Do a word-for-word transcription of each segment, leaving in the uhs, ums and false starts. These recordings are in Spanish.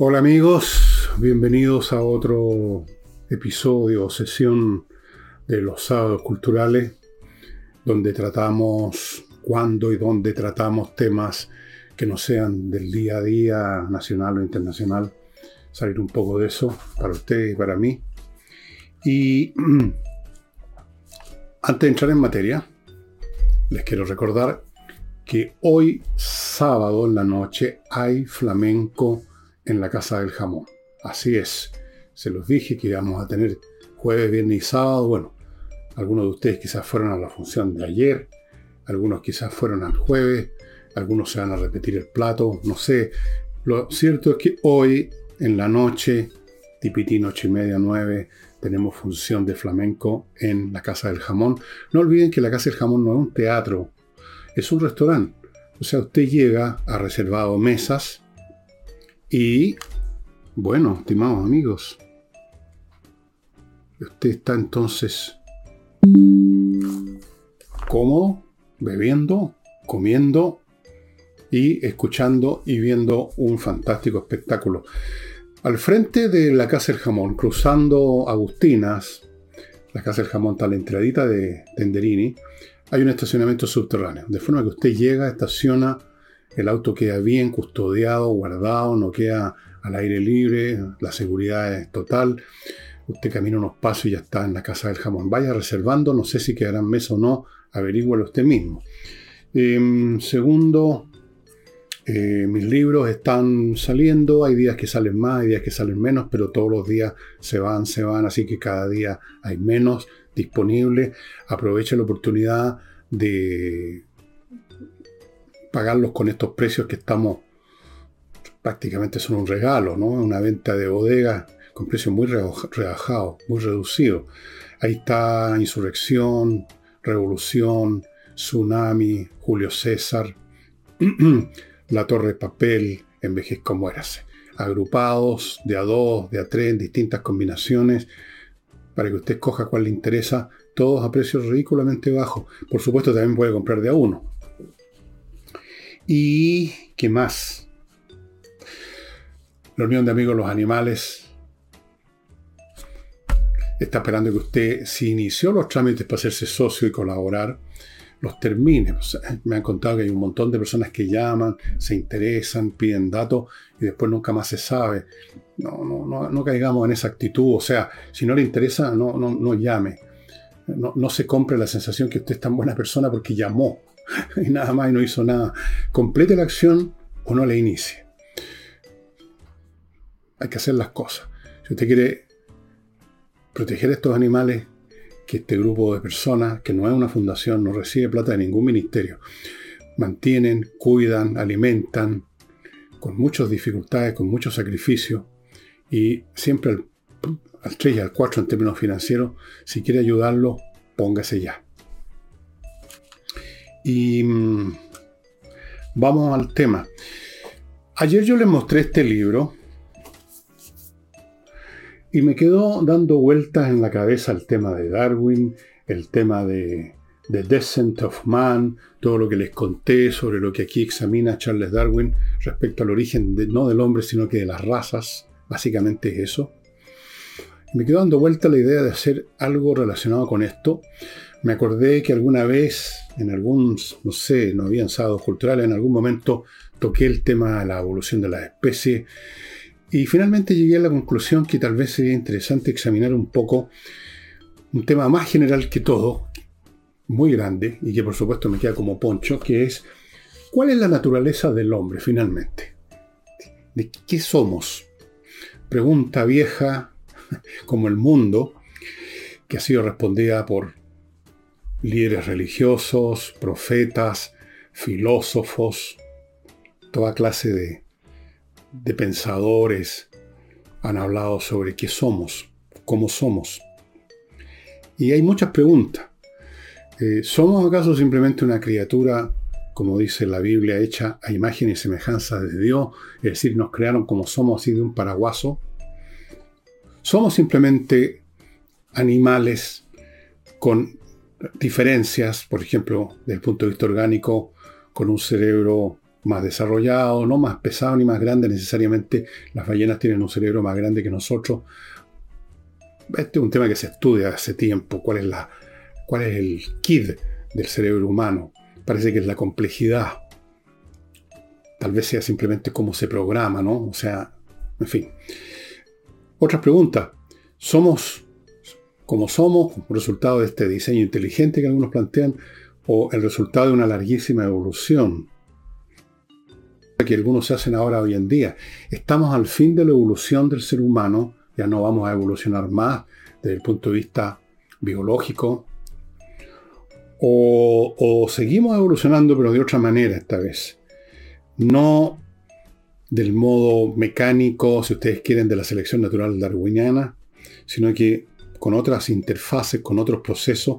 Hola amigos, bienvenidos a otro episodio o sesión de los sábados culturales, donde tratamos, cuando y donde tratamos temas que no sean del día a día, nacional o internacional, salir un poco de eso para ustedes y para mí. Y antes de entrar en materia, les quiero recordar que hoy, sábado en la noche, hay flamenco en la Casa del Jamón. Así es, se los dije que íbamos a tener jueves, viernes y sábado. Bueno, algunos de ustedes quizás fueron a la función de ayer, algunos quizás fueron al jueves, algunos se van a repetir el plato, no sé. Lo cierto es que hoy en la noche, tipití ocho y media, nueve, tenemos función de flamenco en la Casa del Jamón. No olviden que la Casa del Jamón no es un teatro, es un restaurante. O sea, usted llega, ha reservado mesas y, bueno, estimados amigos, usted está entonces cómodo, bebiendo, comiendo y escuchando y viendo un fantástico espectáculo. Al frente de la Casa del Jamón, cruzando Agustinas, la Casa del Jamón está a la entradita de Tenderini, hay un estacionamiento subterráneo, de forma que usted llega, estaciona, el auto queda bien custodiado, guardado, no queda al aire libre, la seguridad es total. Usted camina unos pasos y ya está en la Casa del Jamón. Vaya reservando, no sé si quedarán mesa o no, averígüelo usted mismo. Eh, segundo, eh, mis libros están saliendo, hay días que salen más, hay días que salen menos, pero todos los días se van, se van, así que cada día hay menos disponible. Aproveche la oportunidad de pagarlos con estos precios que estamos, prácticamente son un regalo, ¿no? Una venta de bodega con precios muy rebajados, muy reducidos. Ahí está Insurrección, Revolución, Tsunami, Julio César, La Torre de Papel, Envejezca o Muérase. Agrupados de a dos, de a tres, en distintas combinaciones, para que usted escoja cuál le interesa, todos a precios ridículamente bajos. Por supuesto, también puede comprar de a uno. ¿Y qué más? La Unión de Amigos de los Animales está esperando que usted, si inició los trámites para hacerse socio y colaborar, los termine. O sea, me han contado que hay un montón de personas que llaman, se interesan, piden datos y después nunca más se sabe. No, no, no, no caigamos en esa actitud. O sea, si no le interesa, no, no, no llame. No, no se compre la sensación que usted es tan buena persona porque llamó y nada más y no hizo nada. Complete la acción o no la inicie. Hay que hacer las cosas. Si usted quiere proteger a estos animales, que este grupo de personas, que no es una fundación, no recibe plata de ningún ministerio, mantienen, cuidan, alimentan, con muchas dificultades, con mucho sacrificio, y siempre al, al tres y al cuatro en términos financieros. Si quiere ayudarlo, póngase ya. Y mmm, vamos al tema. Ayer yo les mostré este libro y me quedó dando vueltas en la cabeza el tema de Darwin, el tema de The Descent of Man, todo lo que les conté sobre lo que aquí examina Charles Darwin respecto al origen de, no del hombre, sino que de las razas. Básicamente es eso. Me quedó dando vuelta la idea de hacer algo relacionado con esto. Me acordé que alguna vez, en algún, no sé, no habían sábados culturales, en algún momento toqué el tema de la evolución de las especies. Y finalmente llegué a la conclusión que tal vez sería interesante examinar un poco un tema más general que todo, muy grande, y que por supuesto me queda como poncho, que es ¿cuál es la naturaleza del hombre finalmente? ¿De qué somos? Pregunta vieja como el mundo, que ha sido respondida por líderes religiosos, profetas, filósofos, toda clase de de pensadores han hablado sobre qué somos, cómo somos. Y hay muchas preguntas. Eh, ¿Somos acaso simplemente una criatura, como dice la Biblia, hecha a imagen y semejanza de Dios? Es decir, nos crearon como somos, así de un paraguaso. ¿Somos simplemente animales con diferencias, por ejemplo, desde el punto de vista orgánico, con un cerebro más desarrollado, no más pesado ni más grande necesariamente. Las ballenas tienen un cerebro más grande que nosotros. Este es un tema que se estudia hace tiempo. ¿Cuál es, la, cuál es el quid del cerebro humano? Parece que es la complejidad. Tal vez sea simplemente cómo se programa, ¿no? O sea, en fin. Otras preguntas. ¿Somos como somos, como resultado de este diseño inteligente que algunos plantean, o el resultado de una larguísima evolución que algunos se hacen ahora hoy en día? ¿Estamos al fin de la evolución del ser humano? ¿Ya no vamos a evolucionar más desde el punto de vista biológico? ¿O, o seguimos evolucionando pero de otra manera esta vez? No del modo mecánico, si ustedes quieren, de la selección natural darwiniana, sino que con otras interfaces, con otros procesos,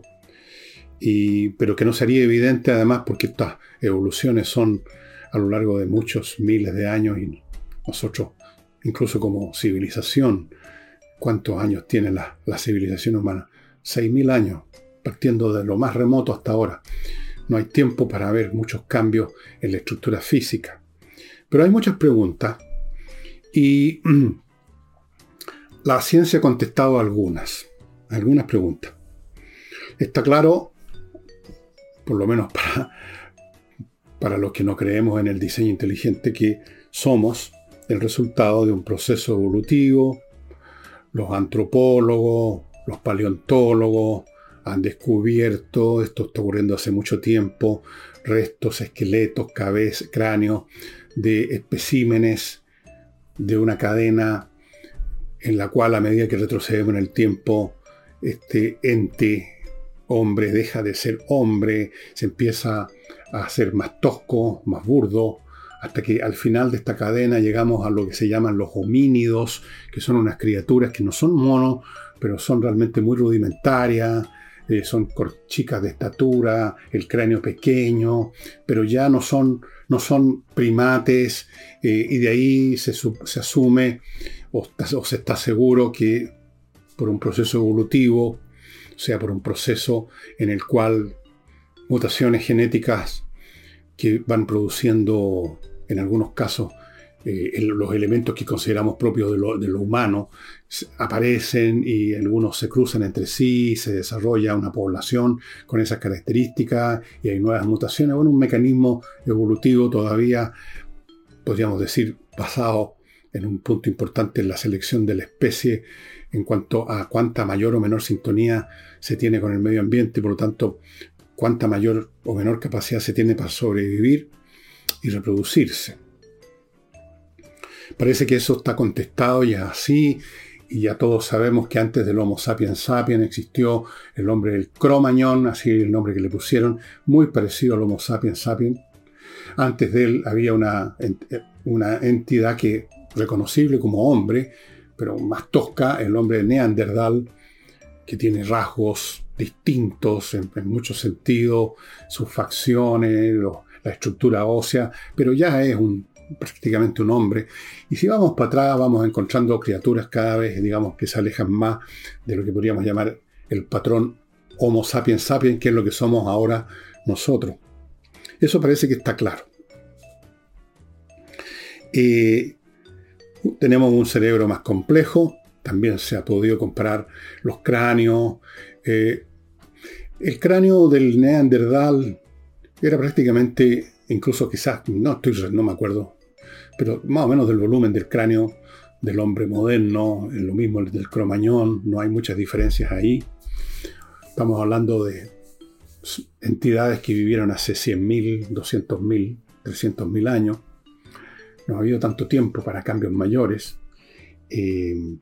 y, pero que no sería evidente además porque estas evoluciones son a lo largo de muchos miles de años y nosotros, incluso como civilización, ¿cuántos años tiene la, la civilización humana? seis mil años, partiendo de lo más remoto hasta ahora. No hay tiempo para ver muchos cambios en la estructura física. Pero hay muchas preguntas y mm, la ciencia ha contestado algunas, algunas preguntas. Está claro, por lo menos para, para los que no creemos en el diseño inteligente, que somos el resultado de un proceso evolutivo. Los antropólogos, los paleontólogos han descubierto, esto está ocurriendo hace mucho tiempo, restos, esqueletos, cabezas, cráneos de especímenes de una cadena en la cual, a medida que retrocedemos en el tiempo, este ente hombre deja de ser hombre, se empieza a hacer más tosco, más burdo, hasta que al final de esta cadena llegamos a lo que se llaman los homínidos, que son unas criaturas que no son monos, pero son realmente muy rudimentarias, eh, son chicas de estatura, el cráneo pequeño, pero ya no son, no son primates, eh, y de ahí se, se asume o, o se está seguro que por un proceso evolutivo, o sea, por un proceso en el cual mutaciones genéticas que van produciendo, en algunos casos, eh, el, los elementos que consideramos propios de lo, de lo humano, aparecen y algunos se cruzan entre sí, se desarrolla una población con esas características y hay nuevas mutaciones. Bueno, un mecanismo evolutivo todavía, podríamos decir, basado en un punto importante en la selección de la especie en cuanto a cuánta mayor o menor sintonía se tiene con el medio ambiente y por lo tanto cuánta mayor o menor capacidad se tiene para sobrevivir y reproducirse. Parece que eso está contestado ya así, y ya todos sabemos que antes del Homo sapiens sapiens existió el hombre del Cro-Magnon, así el nombre que le pusieron, muy parecido al Homo sapiens sapiens. Antes de él había una, una entidad que reconocible como hombre, pero más tosca, el hombre de Neandertal, que tiene rasgos distintos en, en muchos sentidos, sus facciones, lo, la estructura ósea, pero ya es un, prácticamente un hombre. Y si vamos para atrás, vamos encontrando criaturas cada vez, digamos, que se alejan más de lo que podríamos llamar el patrón Homo sapiens sapiens, que es lo que somos ahora nosotros. Eso parece que está claro. Eh, tenemos un cerebro más complejo, también se ha podido comparar los cráneos. Eh, el cráneo del Neandertal era prácticamente, incluso quizás, no, estoy, no me acuerdo, pero más o menos del volumen del cráneo del hombre moderno, lo mismo el del Cro-Magnon, no hay muchas diferencias ahí. Estamos hablando de entidades que vivieron hace cien mil, doscientos mil, trescientos mil años. No ha habido tanto tiempo para cambios mayores. Eh,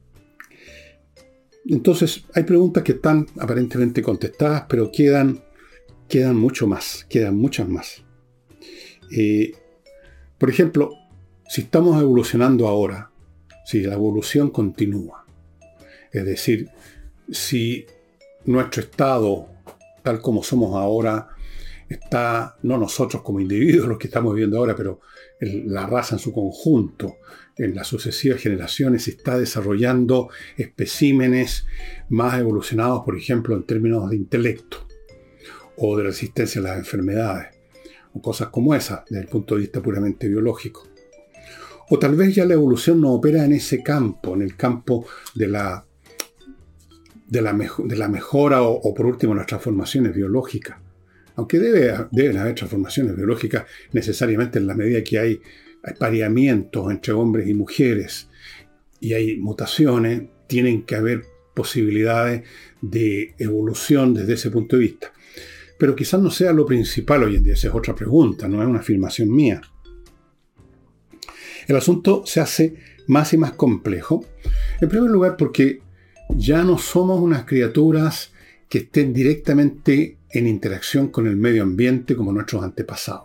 entonces, hay preguntas que están aparentemente contestadas, pero quedan, quedan mucho más, quedan muchas más. Eh, por ejemplo, si estamos evolucionando ahora, si la evolución continúa, es decir, si nuestro estado, tal como somos ahora, está, no nosotros como individuos los que estamos viviendo ahora, pero el, la raza en su conjunto, en las sucesivas generaciones, está desarrollando especímenes más evolucionados, por ejemplo, en términos de intelecto, o de resistencia a las enfermedades, o cosas como esas, desde el punto de vista puramente biológico. O tal vez ya la evolución no opera en ese campo, en el campo de la, de la, mejo, de la mejora o, o por último las transformaciones biológicas. Aunque debe, deben haber transformaciones biológicas necesariamente en la medida que hay, hay pareamientos entre hombres y mujeres y hay mutaciones, tienen que haber posibilidades de evolución desde ese punto de vista. Pero quizás no sea lo principal hoy en día, esa es otra pregunta, no es una afirmación mía. El asunto se hace más y más complejo, en primer lugar porque ya no somos unas criaturas que estén directamente en interacción con el medio ambiente como nuestros antepasados,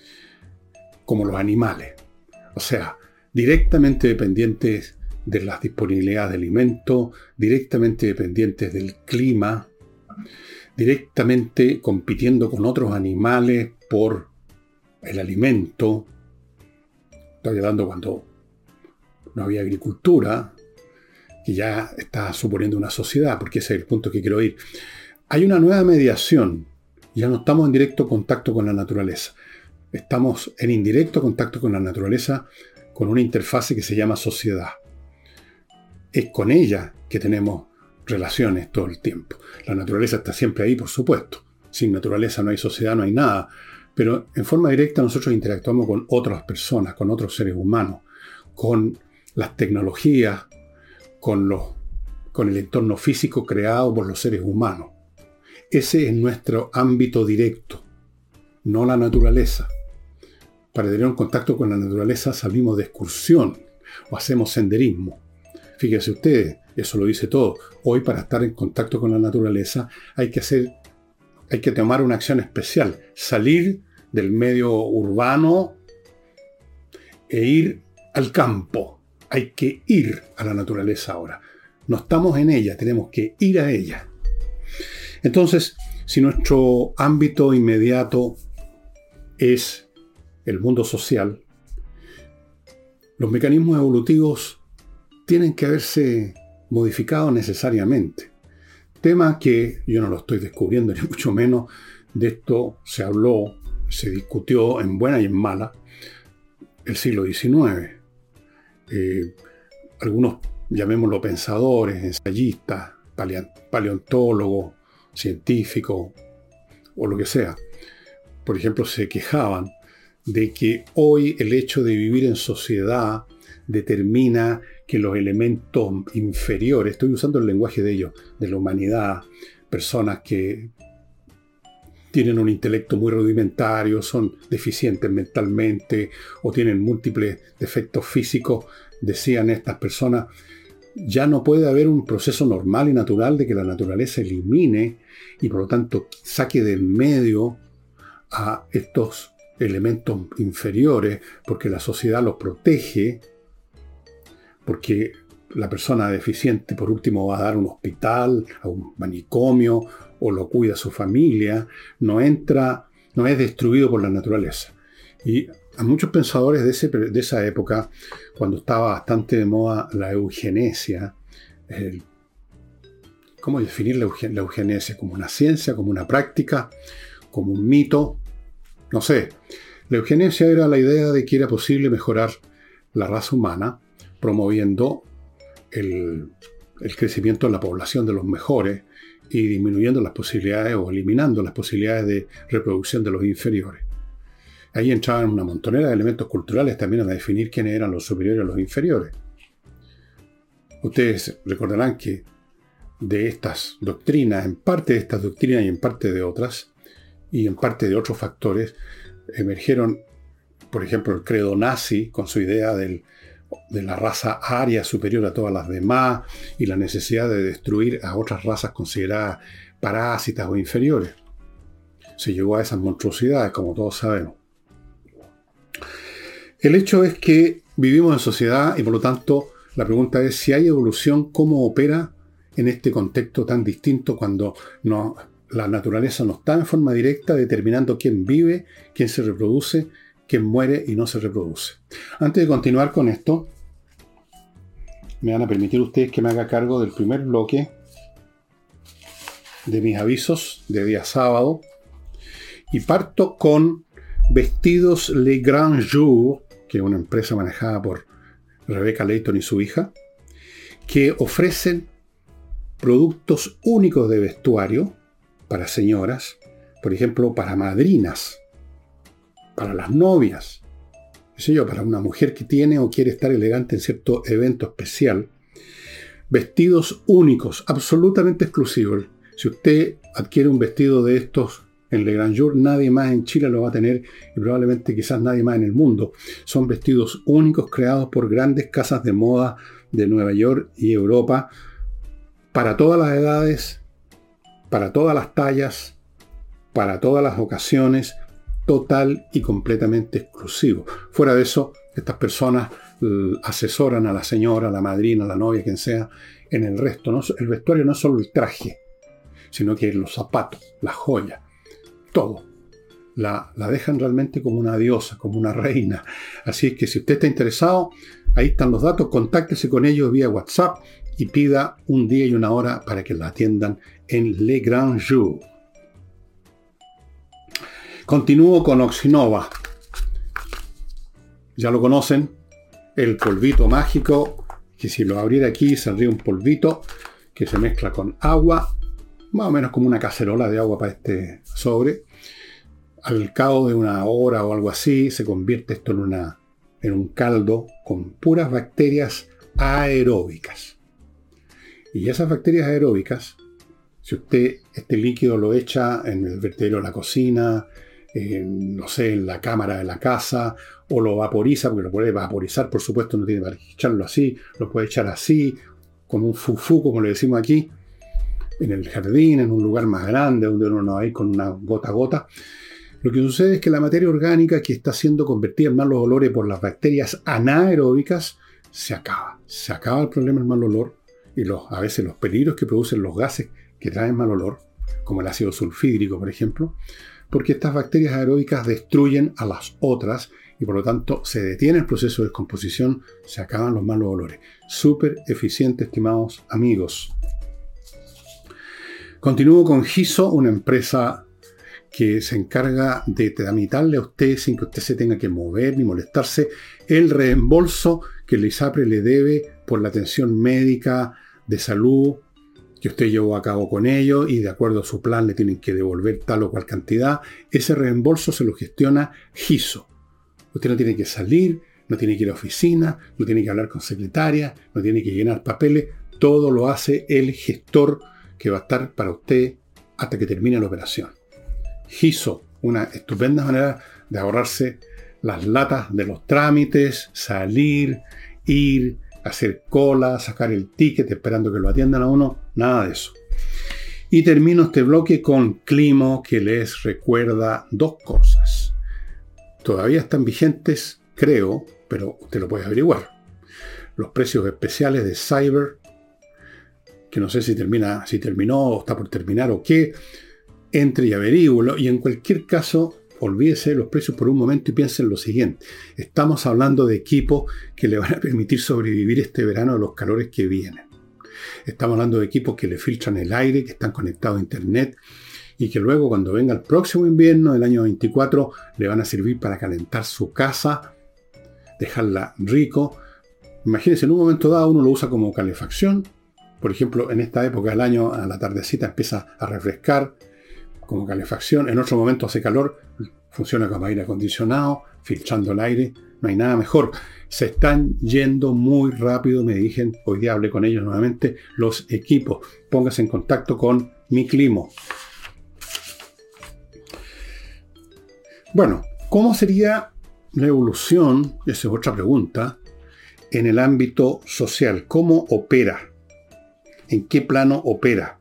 como los animales. O sea, directamente dependientes de las disponibilidades de alimentos, directamente dependientes del clima, directamente compitiendo con otros animales por el alimento. Estoy hablando cuando no había agricultura, que ya está suponiendo una sociedad, porque ese es el punto que quiero ir. Hay una nueva mediación. Ya no estamos en directo contacto con la naturaleza. Estamos en indirecto contacto con la naturaleza con una interfase que se llama sociedad. Es con ella que tenemos relaciones todo el tiempo. La naturaleza está siempre ahí, por supuesto. Sin naturaleza no hay sociedad, no hay nada. Pero en forma directa nosotros interactuamos con otras personas, con otros seres humanos, con las tecnologías, con, los, con el entorno físico creado por los seres humanos. Ese es nuestro ámbito directo, no la naturaleza. Para tener un contacto con la naturaleza salimos de excursión o hacemos senderismo. Fíjense ustedes, eso lo dice todo. Hoy para estar en contacto con la naturaleza hay que hacer, hay que tomar una acción especial, salir del medio urbano e ir al campo. Hay que ir a la naturaleza ahora. No estamos en ella, tenemos que ir a ella. Entonces, si nuestro ámbito inmediato es el mundo social, los mecanismos evolutivos tienen que haberse modificado necesariamente. Tema que yo no lo estoy descubriendo, ni mucho menos. De esto se habló, se discutió en buena y en mala el siglo diecinueve. Eh, algunos, llamémoslo pensadores, ensayistas, paleontólogos, científicos o lo que sea, por ejemplo, se quejaban de que hoy el hecho de vivir en sociedad determina que los elementos inferiores, estoy usando el lenguaje de ellos, de la humanidad, personas que tienen un intelecto muy rudimentario, son deficientes mentalmente o tienen múltiples defectos físicos, decían estas personas, ya no puede haber un proceso normal y natural de que la naturaleza elimine y por lo tanto saque del medio a estos elementos inferiores porque la sociedad los protege, porque la persona deficiente por último va a dar a un hospital, a un manicomio o lo cuida su familia, no entra, no es destruido por la naturaleza. Y a muchos pensadores de, ese, de esa época, cuando estaba bastante de moda la eugenesia, el, ¿cómo definir la, eugen, la eugenesia? ¿Como una ciencia, como una práctica, como un mito? No sé. La eugenesia era la idea de que era posible mejorar la raza humana, promoviendo el, el crecimiento de la población de los mejores y disminuyendo las posibilidades o eliminando las posibilidades de reproducción de los inferiores. Ahí entraban una montonera de elementos culturales también a definir quiénes eran los superiores y los inferiores. Ustedes recordarán que de estas doctrinas, en parte de estas doctrinas y en parte de otras, y en parte de otros factores, emergieron, por ejemplo, el credo nazi con su idea del, de la raza aria superior a todas las demás y la necesidad de destruir a otras razas consideradas parásitas o inferiores. Se llegó a esas monstruosidades, como todos sabemos. El hecho es que vivimos en sociedad y por lo tanto la pregunta es si hay evolución, cómo opera en este contexto tan distinto cuando no, la naturaleza no está en forma directa determinando quién vive, quién se reproduce, quién muere y no se reproduce. Antes de continuar con esto, me van a permitir ustedes que me haga cargo del primer bloque de mis avisos de día sábado y parto con Vestidos Le Grand Jour, que es una empresa manejada por Rebecca Layton y su hija, que ofrecen productos únicos de vestuario para señoras, por ejemplo, para madrinas, para las novias, qué sé yo, para una mujer que tiene o quiere estar elegante en cierto evento especial. Vestidos únicos, absolutamente exclusivos. Si usted adquiere un vestido de estos en Le Grand Jour, nadie más en Chile lo va a tener y probablemente quizás nadie más en el mundo. Son vestidos únicos creados por grandes casas de moda de Nueva York y Europa para todas las edades, para todas las tallas, para todas las ocasiones, total y completamente exclusivo. Fuera de eso, estas personas eh, asesoran a la señora, a la madrina, a la novia, quien sea, en el resto. ¿No? El vestuario no es solo el traje, sino que los zapatos, las joyas, todo. La, la dejan realmente como una diosa, como una reina. Así es que si usted está interesado, ahí están los datos, contáctese con ellos vía WhatsApp y pida un día y una hora para que la atiendan en Le Grand Jour. Continúo con Oxinova. Ya lo conocen, el polvito mágico, que si lo abriera aquí saldría un polvito que se mezcla con agua, más o menos como una cacerola de agua para este sobre. Al cabo de una hora o algo así, se convierte esto en, una, en un caldo con puras bacterias aeróbicas. Y esas bacterias aeróbicas, si usted este líquido lo echa en el vertedero de la cocina, en, no sé, en la cámara de la casa, o lo vaporiza, porque lo puede vaporizar, por supuesto, no tiene para echarlo así, lo puede echar así, como un fufú, como le decimos aquí, en el jardín, en un lugar más grande, donde uno no va a ir con una gota a gota. Lo que sucede es que la materia orgánica que está siendo convertida en malos olores por las bacterias anaeróbicas se acaba. Se acaba el problema del mal olor y los, a veces los peligros que producen los gases que traen mal olor, como el ácido sulfídrico, por ejemplo, porque estas bacterias aeróbicas destruyen a las otras y por lo tanto se detiene el proceso de descomposición, se acaban los malos olores. Súper eficiente, estimados amigos. Continúo con Giso, una empresa que se encarga de tramitarle a usted, sin que usted se tenga que mover ni molestarse, el reembolso que el ISAPRE le debe por la atención médica de salud que usted llevó a cabo con ellos y de acuerdo a su plan le tienen que devolver tal o cual cantidad. Ese reembolso se lo gestiona Giso. Usted no tiene que salir, no tiene que ir a oficina, no tiene que hablar con secretaria, no tiene que llenar papeles. Todo lo hace el gestor que va a estar para usted hasta que termine la operación. Giso, una estupenda manera de ahorrarse las latas de los trámites, salir, ir, hacer cola, sacar el ticket esperando que lo atiendan a uno, nada de eso. Y termino este bloque con Climo, que les recuerda dos cosas. Todavía están vigentes, creo, pero usted lo puede averiguar. Los precios especiales de Cyber, que no sé si termina, si terminó o está por terminar o qué, entre y averíguelo. Y en cualquier caso, olvídese de los precios por un momento y piensen en lo siguiente. Estamos hablando de equipos que le van a permitir sobrevivir este verano a los calores que vienen. Estamos hablando de equipos que le filtran el aire, que están conectados a internet y que luego cuando venga el próximo invierno del año veinticuatro le van a servir para calentar su casa, dejarla rico. Imagínense, en un momento dado uno lo usa como calefacción. Por ejemplo, en esta época del año, a la tardecita empieza a refrescar como calefacción. En otro momento hace calor, funciona como aire acondicionado, filtrando el aire. No hay nada mejor. Se están yendo muy rápido, me dijeron, hoy día hablé con ellos nuevamente, los equipos. Póngase en contacto con Mi Climo. Bueno, ¿cómo sería la evolución? Esa es otra pregunta. En el ámbito social, ¿cómo opera? ¿En qué plano opera?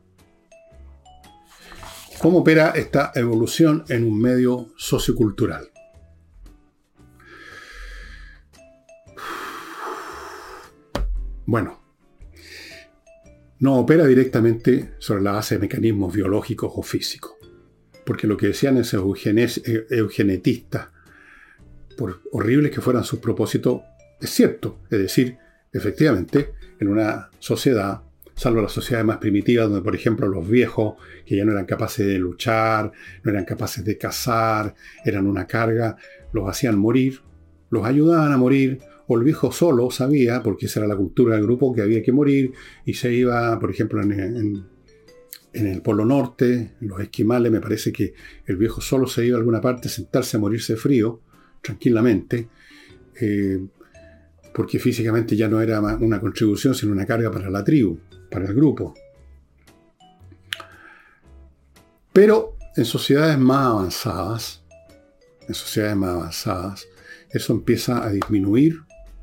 ¿Cómo opera esta evolución en un medio sociocultural? Bueno, no opera directamente sobre la base de mecanismos biológicos o físicos, porque lo que decían esos eugenes, eugenetistas, por horribles que fueran sus propósitos, es cierto. Es decir, efectivamente, en una sociedad salvo las sociedades más primitivas, donde por ejemplo los viejos, que ya no eran capaces de luchar, no eran capaces de cazar, eran una carga, los hacían morir, los ayudaban a morir, o el viejo solo sabía, porque esa era la cultura del grupo, que había que morir, y se iba, por ejemplo, en, en, en el Polo Norte, en los esquimales, me parece que el viejo solo se iba a alguna parte a sentarse a morirse de frío, tranquilamente, eh, porque físicamente ya no era una contribución, sino una carga para la tribu, para el grupo. Pero en sociedades más avanzadas, en sociedades más avanzadas, eso empieza a disminuir,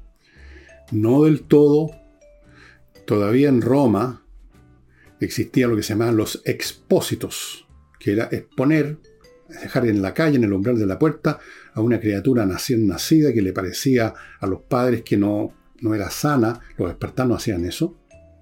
no del todo. Todavía en Roma existía lo que se llamaban los expósitos, que era exponer, dejar en la calle, en el umbral de la puerta, a una criatura recién nacida que le parecía a los padres que no, no era sana. Los espartanos hacían eso.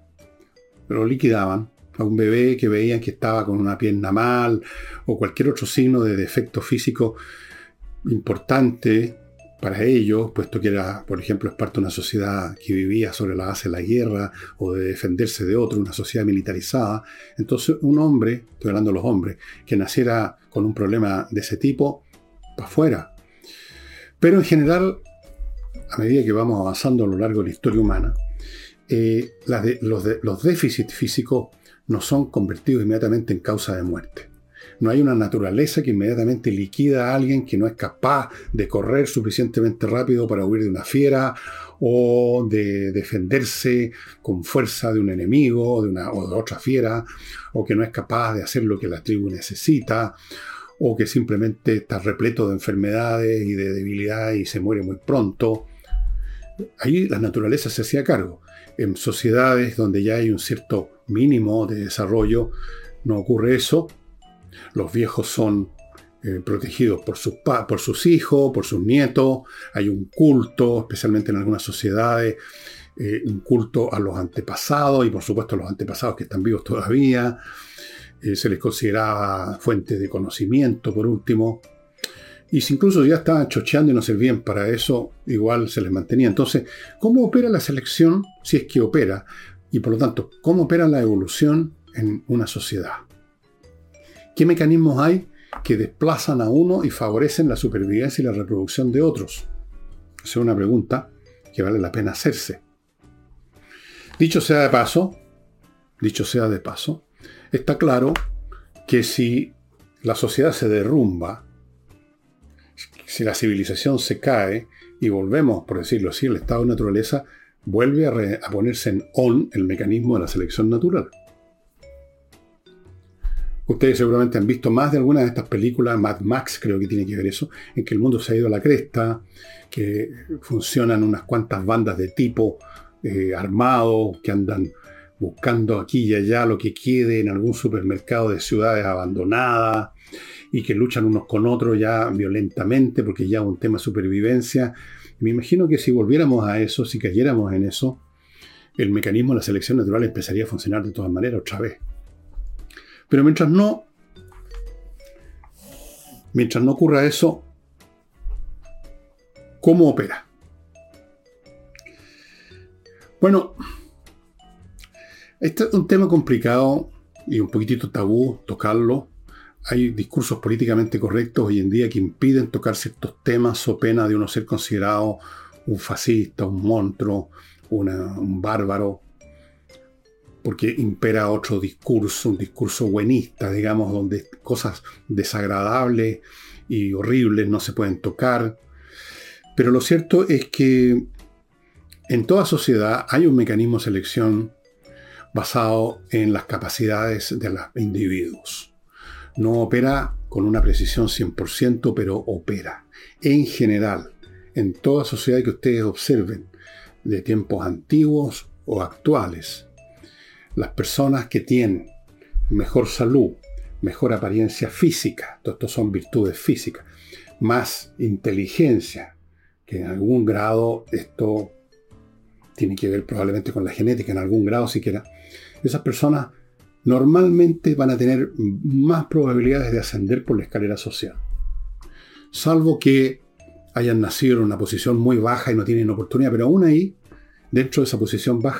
Lo liquidaban a un bebé que veían que estaba con una pierna mal o cualquier otro signo de defecto físico importante para ellos, puesto que era, por ejemplo, Esparta una sociedad que vivía sobre la base de la guerra o de defenderse de otro, una sociedad militarizada. Entonces un hombre, estoy hablando de los hombres, que naciera con un problema de ese tipo, para afuera. Pero en general, a medida que vamos avanzando a lo largo de la historia humana, eh, las de, los, de, los déficits físicos no son convertidos inmediatamente en causa de muerte. No hay una naturaleza que inmediatamente liquida a alguien que no es capaz de correr suficientemente rápido para huir de una fiera o de defenderse con fuerza de un enemigo de una, o de otra fiera, o que no es capaz de hacer lo que la tribu necesita, o que simplemente está repleto de enfermedades y de debilidad y se muere muy pronto. Ahí la naturaleza se hacía cargo. En sociedades donde ya hay un cierto mínimo de desarrollo, no ocurre eso. Los viejos son eh, protegidos por sus, pa- por sus hijos, por sus nietos. Hay un culto, especialmente en algunas sociedades, eh, un culto a los antepasados y por supuesto a los antepasados que están vivos todavía. Eh, se les consideraba fuente de conocimiento, por último. Y si incluso ya estaban chocheando y no servían para eso, igual se les mantenía. Entonces, ¿cómo opera la selección? Si es que opera. Y por lo tanto, ¿cómo opera la evolución en una sociedad? ¿Qué mecanismos hay que desplazan a uno y favorecen la supervivencia y la reproducción de otros? Esa es una pregunta que vale la pena hacerse. Dicho sea de paso, dicho sea de paso, está claro que si la sociedad se derrumba, si la civilización se cae y volvemos, por decirlo así, al estado de naturaleza, vuelve a, re, a ponerse en on el mecanismo de la selección natural. Ustedes seguramente han visto más de alguna de estas películas, Mad Max creo que tiene que ver eso, en que el mundo se ha ido a la cresta, que funcionan unas cuantas bandas de tipo eh, armados, que andan buscando aquí y allá lo que quede en algún supermercado de ciudades abandonadas y que luchan unos con otros ya violentamente porque ya es un tema de supervivencia. Me imagino que si volviéramos a eso, si cayéramos en eso, el mecanismo de la selección natural empezaría a funcionar de todas maneras otra vez. Pero mientras no, mientras no ocurra eso, ¿cómo opera? Bueno, este es un tema complicado y un poquitito tabú tocarlo. Hay discursos políticamente correctos hoy en día que impiden tocar ciertos temas so pena de uno ser considerado un fascista, un monstruo, una, un bárbaro, porque impera otro discurso, un discurso buenista, digamos, donde cosas desagradables y horribles no se pueden tocar. Pero lo cierto es que en toda sociedad hay un mecanismo de selección basado en las capacidades de los individuos. No opera con una precisión cien por ciento, pero opera. En general, en toda sociedad que ustedes observen, de tiempos antiguos o actuales, las personas que tienen mejor salud, mejor apariencia física, todo esto son virtudes físicas, más inteligencia, que en algún grado esto tiene que ver probablemente con la genética, en algún grado siquiera, esas personas normalmente van a tener más probabilidades de ascender por la escalera social. Salvo que hayan nacido en una posición muy baja y no tienen oportunidad, pero aún ahí, dentro de esa posición baja,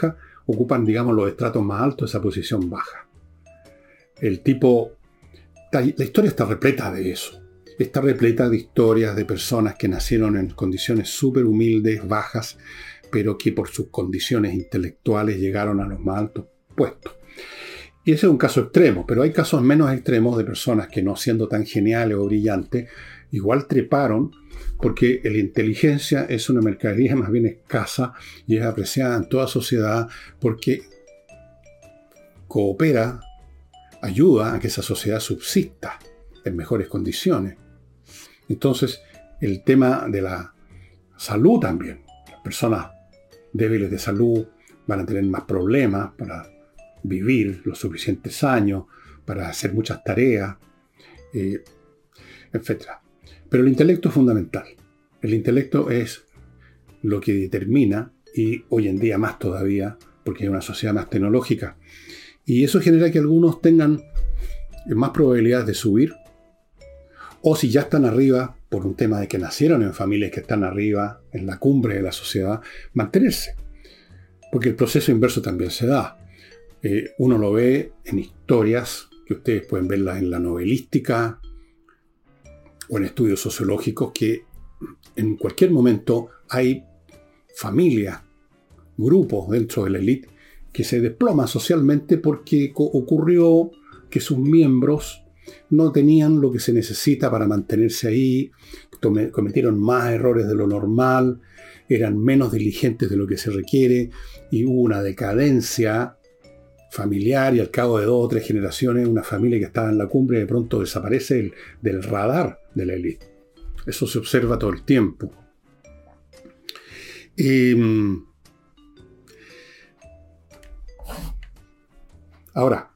ocupan, digamos, los estratos más altos, esa posición baja. El tipo, la historia está repleta de eso. Está repleta de historias de personas que nacieron en condiciones súper humildes, bajas, pero que por sus condiciones intelectuales llegaron a los más altos puestos. Y ese es un caso extremo, pero hay casos menos extremos de personas que, no siendo tan geniales o brillantes, igual treparon, porque la inteligencia es una mercadería más bien escasa y es apreciada en toda sociedad porque coopera, ayuda a que esa sociedad subsista en mejores condiciones. Entonces, el tema de la salud también. Las personas débiles de salud van a tener más problemas para vivir los suficientes años, para hacer muchas tareas, eh, etcétera. Pero el intelecto es fundamental. El intelecto es lo que determina, y hoy en día más todavía, porque hay una sociedad más tecnológica. Y eso genera que algunos tengan más probabilidades de subir, o si ya están arriba, por un tema de que nacieron en familias que están arriba, en la cumbre de la sociedad, mantenerse. Porque el proceso inverso también se da. Eh, uno lo ve en historias, que ustedes pueden verlas en la novelística, o en estudios sociológicos, que en cualquier momento hay familias, grupos dentro de la élite que se desploman socialmente porque ocurrió que sus miembros no tenían lo que se necesita para mantenerse ahí, cometieron más errores de lo normal, eran menos diligentes de lo que se requiere, y hubo una decadencia familiar, y al cabo de dos o tres generaciones, una familia que estaba en la cumbre de pronto desaparece del, del radar de la élite. Eso se observa todo el tiempo. Eh, ahora,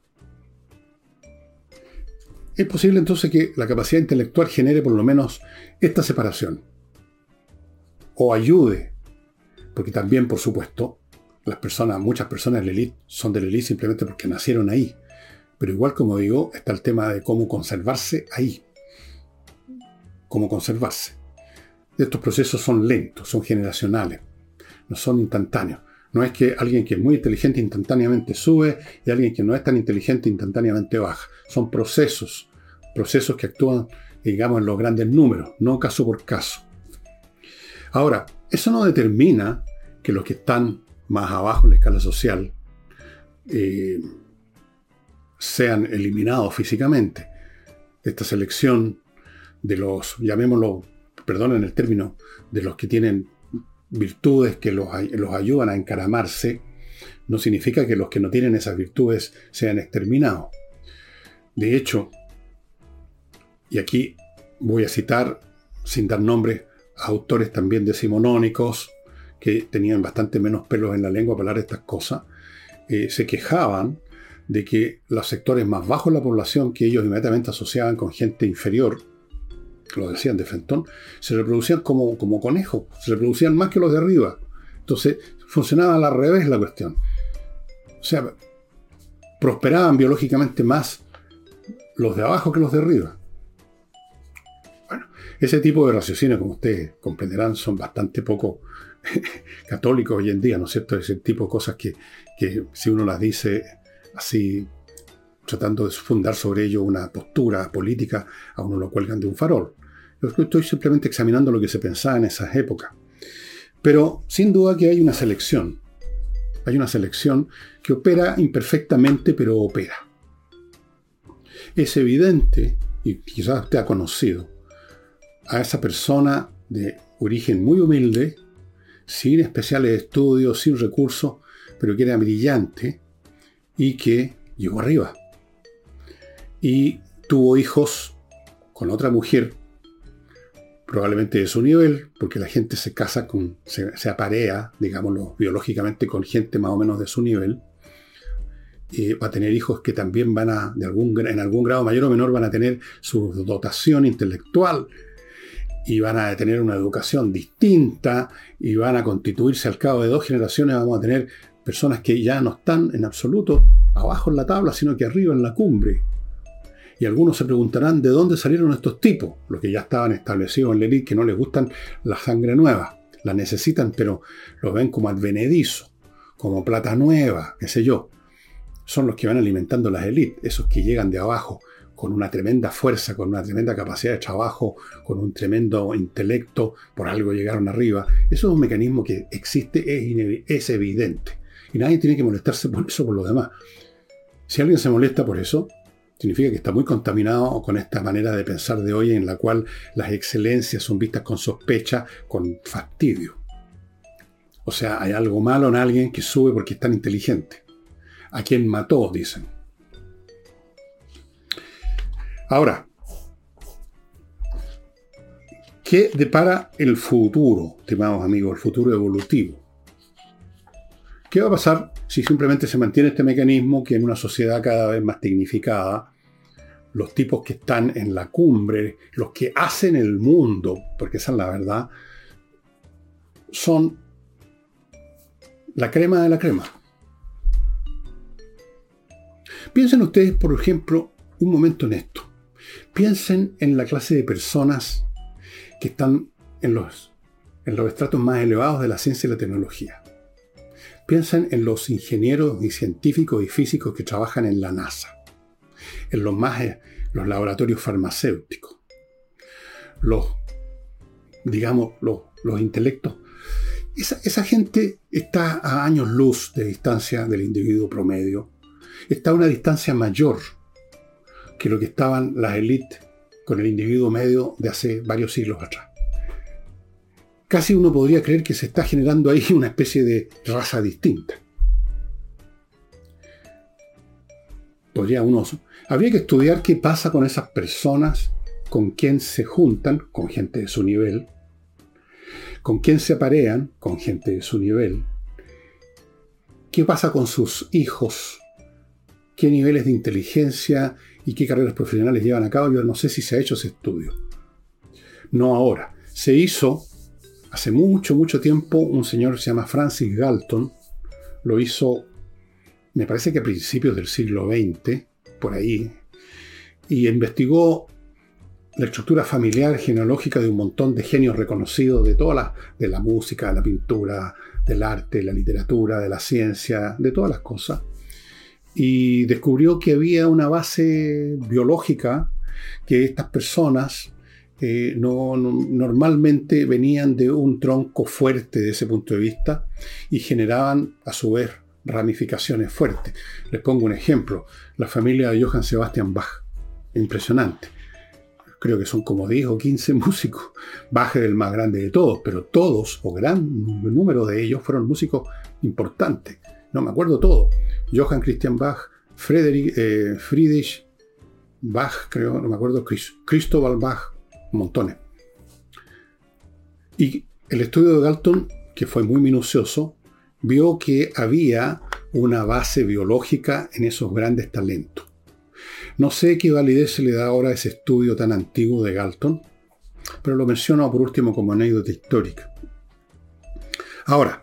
es posible entonces que la capacidad intelectual genere por lo menos esta separación, o ayude, porque también, por supuesto, las personas, muchas personas de la élite son de la élite simplemente porque nacieron ahí. Pero igual, como digo, está el tema de cómo conservarse ahí. Cómo conservarse. Estos procesos son lentos, son generacionales, no son instantáneos. No es que alguien que es muy inteligente instantáneamente sube y alguien que no es tan inteligente instantáneamente baja. Son procesos, procesos que actúan, digamos, en los grandes números, no caso por caso. Ahora, eso no determina que los que están más abajo en la escala social eh, sean eliminados físicamente. Esta selección de los, llamémoslo, perdonen el término, de los que tienen virtudes que los, los ayudan a encaramarse, no significa que los que no tienen esas virtudes sean exterminados. De hecho, y aquí voy a citar, sin dar nombres, a autores también decimonónicos, que tenían bastante menos pelos en la lengua para hablar de estas cosas, eh, se quejaban de que los sectores más bajos de la población, que ellos inmediatamente asociaban con gente inferior, lo decían de Fentón, se reproducían como, como conejos, se reproducían más que los de arriba. Entonces, funcionaba al revés la cuestión. O sea, prosperaban biológicamente más los de abajo que los de arriba. Bueno, ese tipo de raciocinio, como ustedes comprenderán, son bastante poco católicos hoy en día, ¿no es cierto? Ese tipo de cosas que, que si uno las dice así, tratando de fundar sobre ello una postura política, a uno lo cuelgan de un farol. Yo estoy simplemente examinando lo que se pensaba en esas épocas. Pero sin duda que hay una selección. Hay una selección que opera imperfectamente, pero opera. Es evidente, y quizás usted ha conocido, a esa persona de origen muy humilde, sin especiales estudios, sin recursos, pero que era brillante y que llegó arriba. Y tuvo hijos con otra mujer, probablemente de su nivel, porque la gente se casa con, se, se aparea, digámoslo, biológicamente con gente más o menos de su nivel. Y va a tener hijos que también van a, de algún, en algún grado mayor o menor, van a tener su dotación intelectual, y van a tener una educación distinta, y van a constituirse al cabo de dos generaciones. Vamos a tener personas que ya no están en absoluto abajo en la tabla, sino que arriba en la cumbre. Y algunos se preguntarán de dónde salieron estos tipos, los que ya estaban establecidos en la élite, que no les gustan la sangre nueva, la necesitan, pero lo ven como advenedizo, como Plata Nueva, qué sé yo, son los que van alimentando las élites, esos que llegan de abajo con una tremenda fuerza, con una tremenda capacidad de trabajo, con un tremendo intelecto, por algo llegaron arriba. Eso es un mecanismo que existe, es, es evidente. Y nadie tiene que molestarse por eso, por lo demás. Si alguien se molesta por eso, significa que está muy contaminado con esta manera de pensar de hoy en la cual las excelencias son vistas con sospecha, con fastidio. O sea, hay algo malo en alguien que sube porque es tan inteligente. A quien mató, dicen. Ahora, ¿qué depara el futuro, estimados amigos, el futuro evolutivo? ¿Qué va a pasar si simplemente se mantiene este mecanismo que en una sociedad cada vez más tecnificada, los tipos que están en la cumbre, los que hacen el mundo, porque esa es la verdad, son la crema de la crema? Piensen ustedes, por ejemplo, un momento en esto. Piensen en la clase de personas que están en los, en los estratos más elevados de la ciencia y la tecnología. Piensen en los ingenieros y científicos y físicos que trabajan en la NASA, en los, más, los laboratorios farmacéuticos, los, digamos, los, los intelectos. Esa, esa gente está a años luz de distancia del individuo promedio. Está a una distancia mayor que lo que estaban las élites con el individuo medio de hace varios siglos atrás. Casi uno podría creer que se está generando ahí una especie de raza distinta. Podría uno... Habría que estudiar qué pasa con esas personas con quien se juntan, con gente de su nivel, con quien se aparean, con gente de su nivel, qué pasa con sus hijos, qué niveles de inteligencia y qué carreras profesionales llevan a cabo. Yo no sé si se ha hecho ese estudio. No ahora. Se hizo hace mucho, mucho tiempo. Un señor que se llama Francis Galton. Lo hizo, me parece que a principios del siglo veinte, por ahí. Y investigó la estructura familiar genealógica de un montón de genios reconocidos de toda la, de la música, de la pintura, del arte, de la literatura, de la ciencia, de todas las cosas. Y descubrió que había una base biológica, que estas personas eh, no, no, normalmente venían de un tronco fuerte desde ese punto de vista y generaban a su vez ramificaciones fuertes. Les pongo un ejemplo. La familia de Johann Sebastian Bach. Impresionante. Creo que son como diez o quince músicos. Bach es el más grande de todos, pero todos, o gran número de ellos, fueron músicos importantes. No me acuerdo todo. Johann Christian Bach, Friedrich, eh, Friedrich Bach, creo, no me acuerdo, Cristóbal Bach, montones. Y el estudio de Galton, que fue muy minucioso, vio que había una base biológica en esos grandes talentos. No sé qué validez se le da ahora a ese estudio tan antiguo de Galton, pero lo menciono por último como anécdota histórica. Ahora,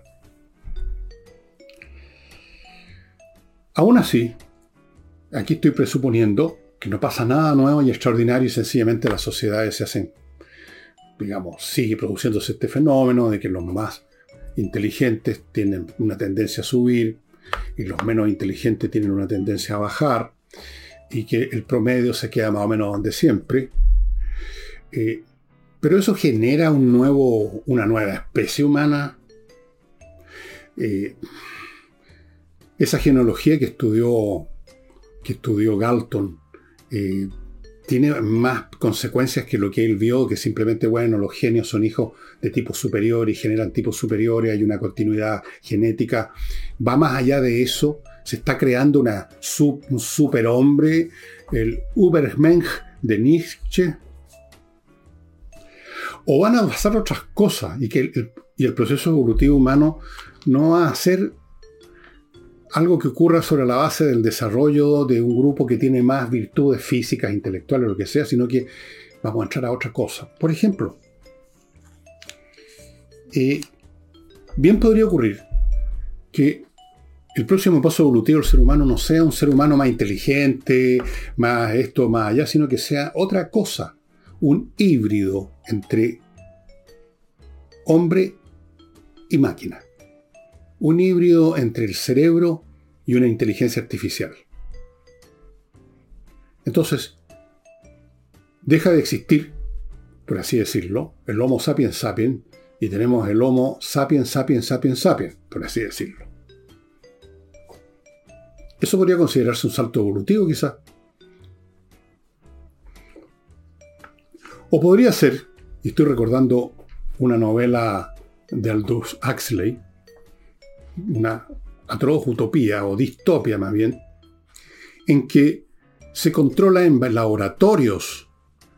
aún así, aquí estoy presuponiendo que no pasa nada nuevo y extraordinario y sencillamente las sociedades se hacen, digamos, sigue produciéndose este fenómeno de que los más inteligentes tienen una tendencia a subir y los menos inteligentes tienen una tendencia a bajar y que el promedio se queda más o menos donde siempre. Eh, pero eso genera un nuevo, una nueva especie humana. Eh, Esa genealogía que estudió, que estudió Galton eh, tiene más consecuencias que lo que él vio, que simplemente, bueno, los genios son hijos de tipos superiores y generan tipos superiores, hay una continuidad genética. Va más allá de eso, se está creando una, un superhombre, el Übermensch de Nietzsche. O van a pasar otras cosas y que el, y el proceso evolutivo humano no va a ser algo que ocurra sobre la base del desarrollo de un grupo que tiene más virtudes físicas, intelectuales, lo que sea, sino que vamos a entrar a otra cosa. Por ejemplo, eh, bien podría ocurrir que el próximo paso evolutivo del ser humano no sea un ser humano más inteligente, más esto, más allá, sino que sea otra cosa, un híbrido entre hombre y máquina. un híbrido entre el cerebro y una inteligencia artificial. Entonces, deja de existir, por así decirlo, el Homo sapiens sapiens, y tenemos el Homo sapiens sapiens sapiens sapiens, por así decirlo. Eso podría considerarse un salto evolutivo, quizás. O podría ser, y estoy recordando una novela de Aldous Huxley, una atroz utopía, o distopia más bien, en que se controla en laboratorios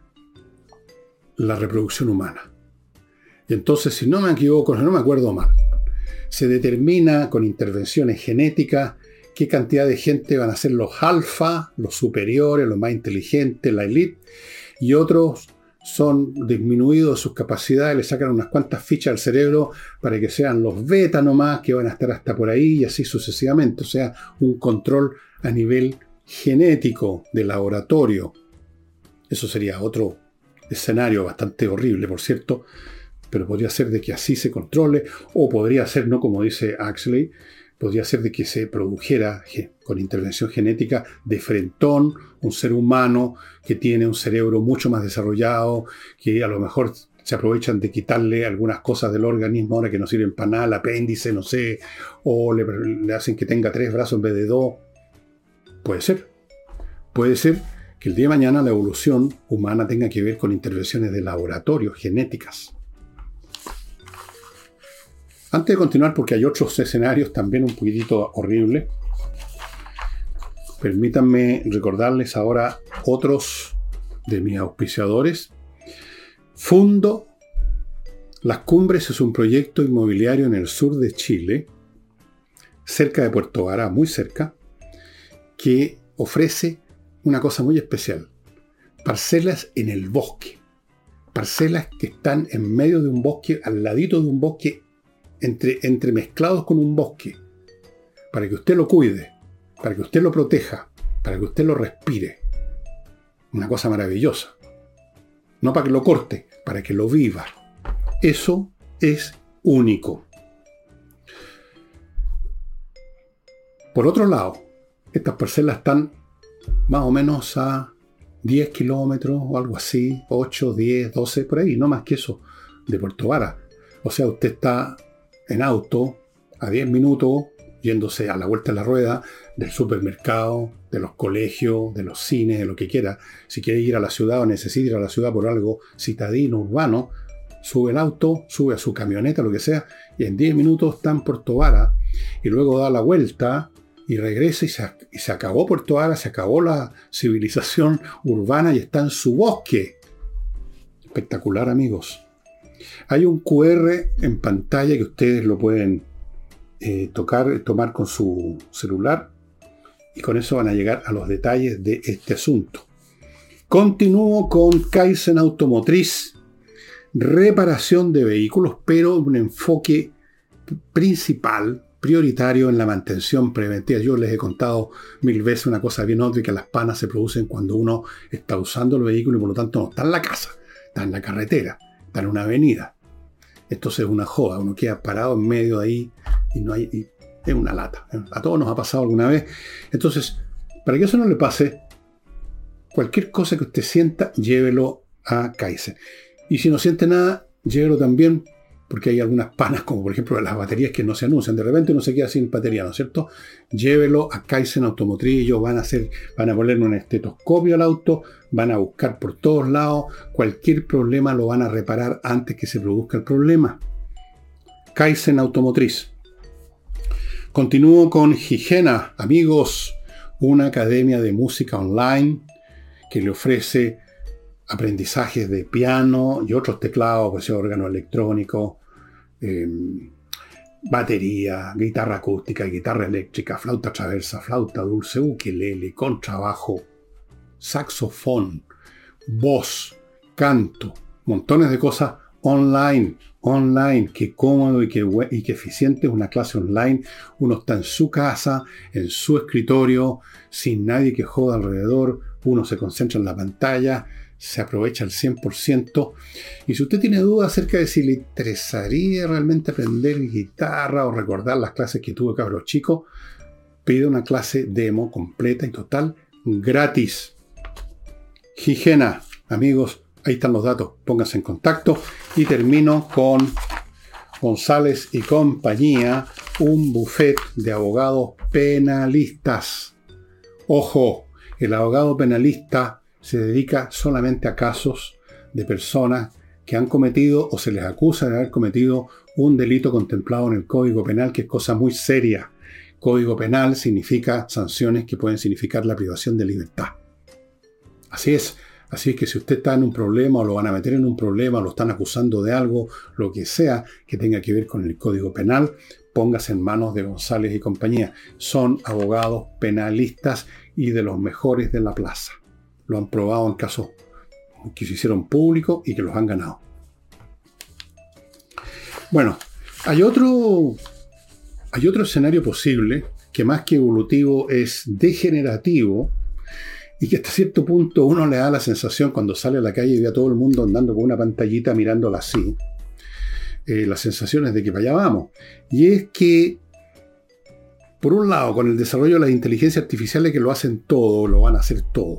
la reproducción humana. Y entonces, si no me equivoco, si no me acuerdo mal, se determina con intervenciones genéticas qué cantidad de gente van a ser los alfa, los superiores, los más inteligentes, la élite, y otros son disminuidos de sus capacidades, le sacan unas cuantas fichas al cerebro para que sean los beta nomás, que van a estar hasta por ahí, y así sucesivamente. O sea, un control a nivel genético de laboratorio. Eso sería otro escenario bastante horrible, por cierto, pero podría ser de que así se controle, o podría ser, no como dice Huxley, podría ser de que se produjera con intervención genética de frentón un ser humano que tiene un cerebro mucho más desarrollado, que a lo mejor se aprovechan de quitarle algunas cosas del organismo ahora que no sirven para nada, el apéndice, no sé, o le, le hacen que tenga tres brazos en vez de dos. Puede ser. Puede ser que el día de mañana la evolución humana tenga que ver con intervenciones de laboratorio, genéticas. Antes de continuar, porque hay otros escenarios también un poquitito horribles, permítanme recordarles ahora otros de mis auspiciadores. Fundo Las Cumbres es un proyecto inmobiliario en el sur de Chile, cerca de Puerto Varas, muy cerca, que ofrece una cosa muy especial. Parcelas en el bosque. Parcelas que están en medio de un bosque, al ladito de un bosque, entre, entremezclados con un bosque, para que usted lo cuide, para que usted lo proteja, para que usted lo respire. Una cosa maravillosa. No para que lo corte, para que lo viva. Eso es único. Por otro lado, estas parcelas están más o menos a diez kilómetros o algo así, ocho, diez, doce, por ahí, no más que eso, de Puerto Varas. O sea, usted está en auto a diez minutos, yéndose a la vuelta de la rueda del supermercado, de los colegios, de los cines, de lo que quiera. Si quiere ir a la ciudad o necesita ir a la ciudad por algo citadino, urbano, sube el auto, sube a su camioneta, lo que sea, y en diez minutos está en Puerto Varas, y luego da la vuelta y regresa y se, y se acabó Puerto Varas, se acabó la civilización urbana y está en su bosque. Espectacular, amigos. Hay un cu erre en pantalla que ustedes lo pueden eh, tocar, tomar con su celular, y con eso van a llegar a los detalles de este asunto. Continúo con Kaizen Automotriz, reparación de vehículos, pero un enfoque principal, prioritario en la mantención preventiva. Yo les he contado mil veces una cosa bien obvia, que las panas se producen cuando uno está usando el vehículo y por lo tanto no está en la casa, está en la carretera, está en una avenida. Entonces es una joda, uno queda parado en medio de ahí y no hay, y es una lata. A todos nos ha pasado alguna vez. Entonces, para que eso no le pase, cualquier cosa que usted sienta, llévelo a Kaizen. Y si no siente nada, llévelo también, porque hay algunas panas, como por ejemplo las baterías que no se anuncian. De repente uno se queda sin batería, ¿no es cierto? Llévelo a Kaizen Automotriz. Ellos van a hacer, van a ponerle un estetoscopio al auto, van a buscar por todos lados. Cualquier problema lo van a reparar antes que se produzca el problema. Kaizen Automotriz. Continúo con Higiena, amigos, una academia de música online que le ofrece aprendizajes de piano y otros teclados, pues órgano electrónico, eh, batería, guitarra acústica, guitarra eléctrica, flauta traversa, flauta dulce, ukelele, contrabajo, saxofón, voz, canto, montones de cosas online, online, qué cómodo y qué, y qué eficiente es una clase online. Uno está en su casa, en su escritorio, sin nadie que joda alrededor, uno se concentra en la pantalla, se aprovecha al cien por ciento. Y si usted tiene dudas acerca de si le interesaría realmente aprender guitarra o recordar las clases que tuve cabros chicos, pide una clase demo completa y total gratis. Gigena, amigos, ahí están los datos, pónganse en contacto. Y termino con González y compañía, un buffet de abogados penalistas. Ojo, el abogado penalista se dedica solamente a casos de personas que han cometido o se les acusa de haber cometido un delito contemplado en el Código Penal, que es cosa muy seria. Código Penal significa sanciones que pueden significar la privación de libertad. Así es. Así es que si usted está en un problema o lo van a meter en un problema, o lo están acusando de algo, lo que sea que tenga que ver con el Código Penal, póngase en manos de González y compañía. Son abogados penalistas y de los mejores de la plaza. Lo han probado en casos que se hicieron públicos y que los han ganado. Bueno, hay otro, hay otro escenario posible que más que evolutivo es degenerativo, y que hasta cierto punto uno le da la sensación cuando sale a la calle y ve a todo el mundo andando con una pantallita mirándola así. Eh, la sensación es de que para allá vamos. Y es que, por un lado, con el desarrollo de las inteligencias artificiales que lo hacen todo, lo van a hacer todo.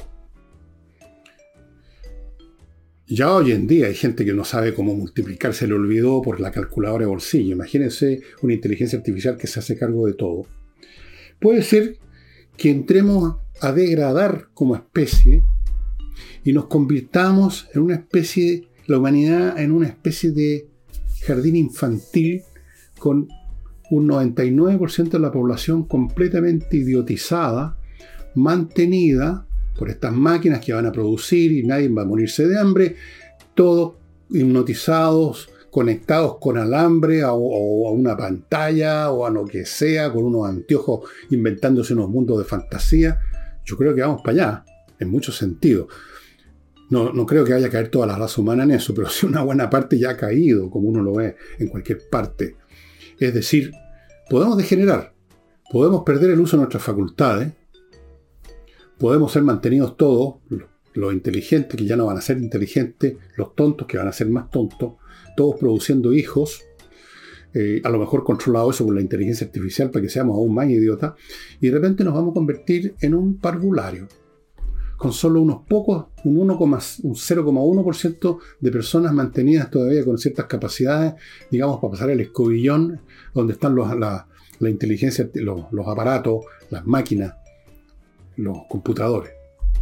Ya hoy en día hay gente que no sabe cómo multiplicar, se le olvidó por la calculadora de bolsillo. Imagínense una inteligencia artificial que se hace cargo de todo. Puede ser que entremos a degradar como especie y nos convirtamos en una especie, la humanidad en una especie de jardín infantil con un noventa y nueve por ciento de la población completamente idiotizada, mantenida por estas máquinas que van a producir y nadie va a morirse de hambre, todos hipnotizados, conectados con alambre a, o a una pantalla o a lo que sea, con unos anteojos inventándose unos mundos de fantasía. Yo creo que vamos para allá, en muchos sentidos. No, no creo que vaya a caer toda la raza humana en eso, pero sí una buena parte ya ha caído, como uno lo ve en cualquier parte. Es decir, podemos degenerar, podemos perder el uso de nuestras facultades, podemos ser mantenidos todos, los inteligentes que ya no van a ser inteligentes, los tontos que van a ser más tontos, todos produciendo hijos, eh, a lo mejor controlado eso por la inteligencia artificial para que seamos aún más idiotas, y de repente nos vamos a convertir en un parvulario, con solo unos pocos, un, uno, un cero coma uno por ciento de personas mantenidas todavía con ciertas capacidades, digamos, para pasar el escobillón, donde están los, la, la inteligencia, los, los aparatos, las máquinas, los computadores.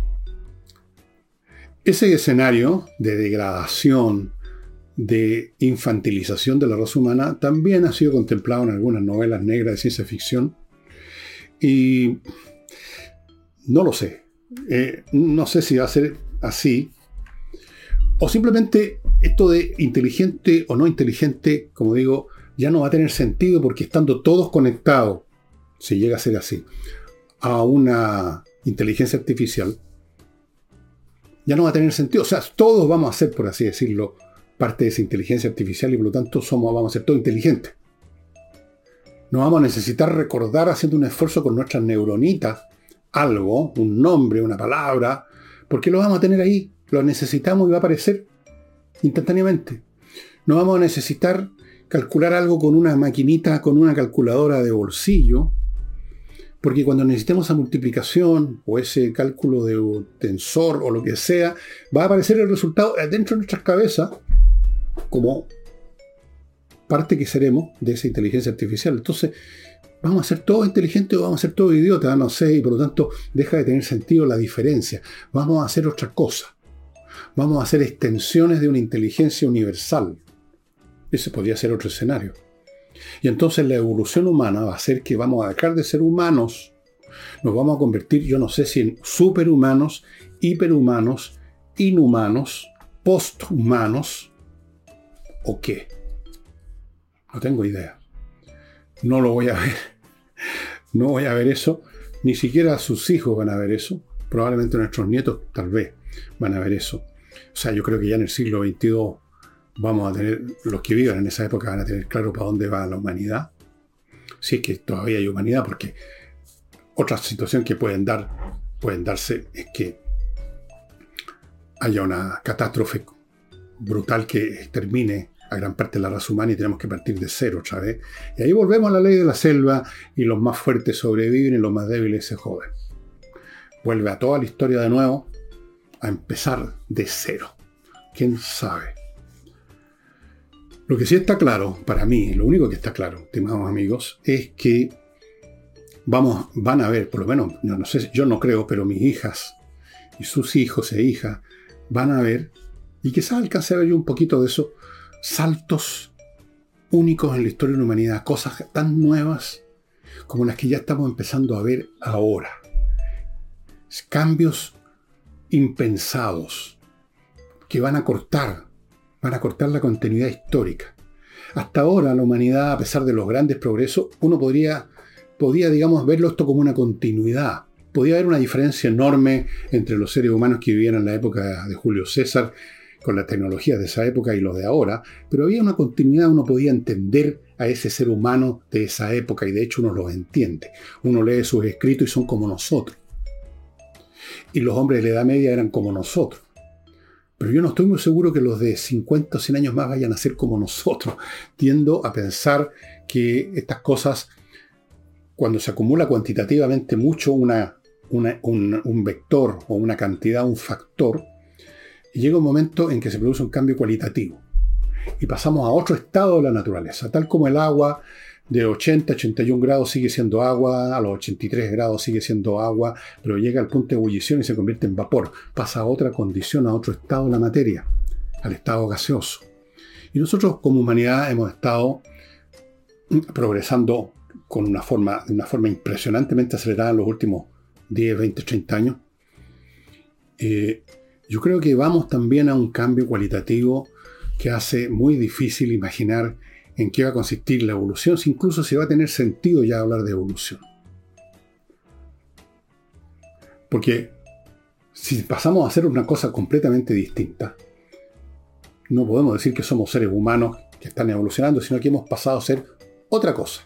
Ese escenario de degradación, de infantilización de la raza humana, también ha sido contemplado en algunas novelas negras de ciencia ficción. Y no lo sé. Eh, no sé si va a ser así. O simplemente esto de inteligente o no inteligente, como digo, ya no va a tener sentido porque estando todos conectados, si llega a ser así, a una inteligencia artificial, ya no va a tener sentido. O sea, todos vamos a ser, por así decirlo, parte de esa inteligencia artificial y por lo tanto somos, vamos a ser todos inteligentes. No vamos a necesitar recordar haciendo un esfuerzo con nuestras neuronitas algo, un nombre, una palabra, porque lo vamos a tener ahí, lo necesitamos y va a aparecer instantáneamente. No vamos a necesitar calcular algo con una maquinita, con una calculadora de bolsillo, porque cuando necesitemos esa multiplicación o ese cálculo de un tensor o lo que sea, va a aparecer el resultado dentro de nuestras cabezas como parte que seremos de esa inteligencia artificial. Entonces, ¿vamos a ser todos inteligentes o vamos a ser todos idiotas? No sé, y por lo tanto deja de tener sentido la diferencia. Vamos a hacer otra cosa. Vamos a hacer extensiones de una inteligencia universal. Ese podría ser otro escenario. Y entonces la evolución humana va a ser que vamos a dejar de ser humanos. Nos vamos a convertir, yo no sé si en superhumanos, hiperhumanos, inhumanos, posthumanos o qué. No tengo idea. No lo voy a ver. No voy a ver eso. Ni siquiera sus hijos van a ver eso. Probablemente nuestros nietos tal vez van a ver eso. O sea, yo creo que ya en el siglo veintidós vamos a tener, los que vivan en esa época van a tener claro para dónde va la humanidad. Si es que todavía hay humanidad, porque otra situación que pueden dar, pueden darse es que haya una catástrofe brutal que extermine a gran parte de la raza humana y tenemos que partir de cero otra vez. Y ahí volvemos a la ley de la selva y los más fuertes sobreviven y los más débiles se joden. Vuelve a toda la historia de nuevo a empezar de cero. ¿Quién sabe? Lo que sí está claro, para mí, lo único que está claro, estimados amigos, es que vamos, van a ver, por lo menos, yo no sé, yo no creo, pero mis hijas y sus hijos e hijas van a ver, y quizás alcance a ver yo un poquito de eso, saltos únicos en la historia de la humanidad, cosas tan nuevas como las que ya estamos empezando a ver ahora. Cambios impensados que van a cortar, van a cortar la continuidad histórica. Hasta ahora la humanidad, a pesar de los grandes progresos, uno podría, podía, digamos, verlo esto como una continuidad. Podía haber una diferencia enorme entre los seres humanos que vivían en la época de Julio César, con las tecnologías de esa época y los de ahora, pero había una continuidad, uno podía entender a ese ser humano de esa época y de hecho uno los entiende. Uno lee sus escritos y son como nosotros. Y los hombres de la Edad Media eran como nosotros. Pero yo no estoy muy seguro que los de cincuenta o cien años más vayan a ser como nosotros. Tiendo a pensar que estas cosas, cuando se acumula cuantitativamente mucho una, una, un, un vector o una cantidad, un factor, llega un momento en que se produce un cambio cualitativo. Y pasamos a otro estado de la naturaleza, tal como el agua de ochenta a ochenta y un grados sigue siendo agua, a los ochenta y tres grados sigue siendo agua, pero llega al punto de ebullición y se convierte en vapor. Pasa a otra condición, a otro estado de la materia, al estado gaseoso. Y nosotros como humanidad hemos estado progresando con una forma, de una forma impresionantemente acelerada en los últimos diez, veinte, treinta años. Eh, yo creo que vamos también a un cambio cualitativo que hace muy difícil imaginar en qué va a consistir la evolución, si incluso si va a tener sentido ya hablar de evolución. Porque si pasamos a hacer una cosa completamente distinta, no podemos decir que somos seres humanos que están evolucionando, sino que hemos pasado a ser otra cosa.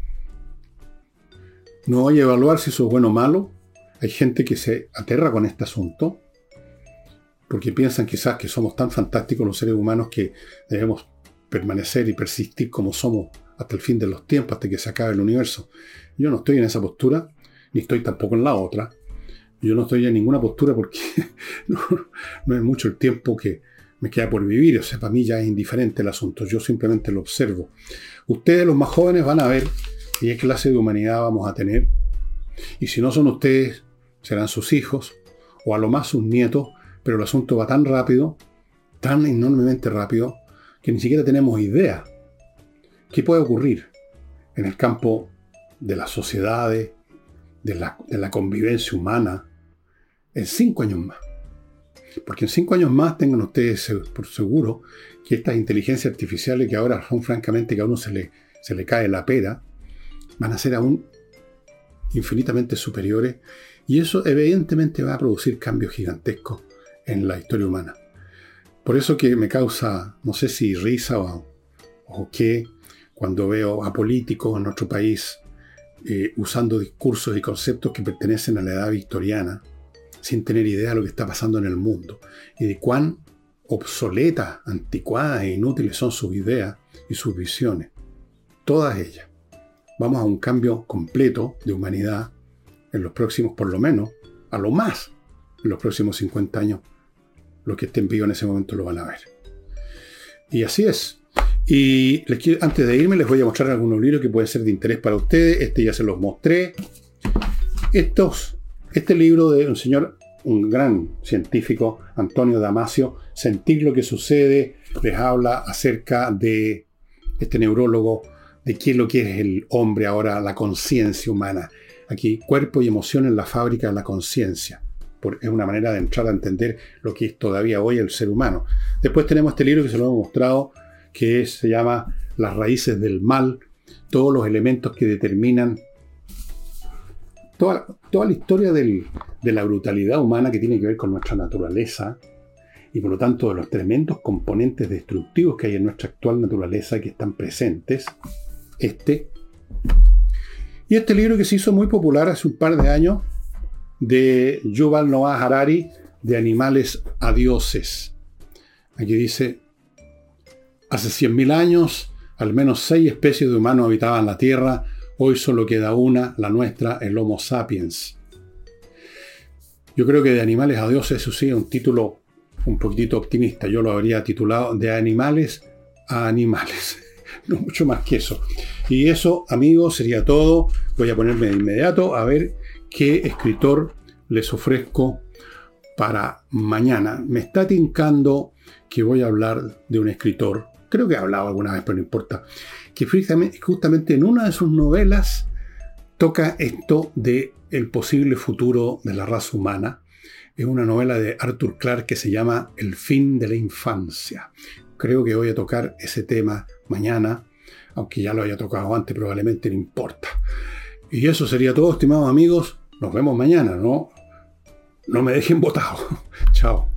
No voy a evaluar si eso es bueno o malo. Hay gente que se aterra con este asunto, porque piensan quizás que somos tan fantásticos los seres humanos que debemos permanecer y persistir como somos hasta el fin de los tiempos, hasta que se acabe el universo. Yo no estoy en esa postura, ni estoy tampoco en la otra. Yo no estoy en ninguna postura porque no, no es mucho el tiempo que me queda por vivir. O sea, para mí ya es indiferente el asunto. Yo simplemente lo observo. Ustedes, los más jóvenes, van a ver qué clase de humanidad vamos a tener. Y si no son ustedes, serán sus hijos o a lo más sus nietos. Pero el asunto va tan rápido, tan enormemente rápido, que ni siquiera tenemos idea qué puede ocurrir en el campo de las sociedades, de la, de la convivencia humana, en cinco años más. Porque en cinco años más tengan ustedes por seguro que estas inteligencias artificiales que ahora son francamente que a uno se le, se le cae la pera, van a ser aún infinitamente superiores y eso evidentemente va a producir cambios gigantescos en la historia humana. Por eso que me causa, no sé si risa o, o qué, cuando veo a políticos en nuestro país eh, usando discursos y conceptos que pertenecen a la edad victoriana, sin tener idea de lo que está pasando en el mundo, y de cuán obsoletas, anticuadas e inútiles son sus ideas y sus visiones. Todas ellas. Vamos a un cambio completo de humanidad en los próximos, por lo menos, a lo más, en los próximos cincuenta años. Los que estén vivos en ese momento lo van a ver. Y así es. Y les quiero, antes de irme les voy a mostrar algunos libros que pueden ser de interés para ustedes. Este ya se los mostré. Estos, este libro de un señor, un gran científico, Antonio Damasio, Sentir lo que sucede, les habla acerca de este neurólogo, de qué es lo que es el hombre ahora, la conciencia humana. Aquí, cuerpo y emoción en la fábrica de la conciencia. Es una manera de entrar a entender lo que es todavía hoy el ser humano. Después tenemos este libro que se lo hemos mostrado, que es, se llama Las raíces del mal, todos los elementos que determinan toda, toda la historia del, de la brutalidad humana que tiene que ver con nuestra naturaleza y por lo tanto de los tremendos componentes destructivos que hay en nuestra actual naturaleza que están presentes. Este. Y este libro que se hizo muy popular hace un par de años, de Yuval Noah Harari, de animales a dioses. Aquí dice, hace cien mil años, al menos seis especies de humanos habitaban la Tierra. Hoy solo queda una, la nuestra, el Homo sapiens. Yo creo que de animales a dioses, eso sí, es un título un poquitito optimista. Yo lo habría titulado de animales a animales. No mucho más que eso. Y eso, amigos, sería todo. Voy a ponerme de inmediato a ver qué escritor les ofrezco para mañana. Me está tincando que voy a hablar de un escritor, creo que he hablado alguna vez, pero no importa, que justamente en una de sus novelas toca esto de el posible futuro de la raza humana. Es una novela de Arthur Clarke que se llama El fin de la infancia. Creo que voy a tocar ese tema mañana, aunque ya lo haya tocado antes, probablemente no importa. Y eso sería todo, estimados amigos. Nos vemos mañana, ¿no? No me dejen botado. Chao.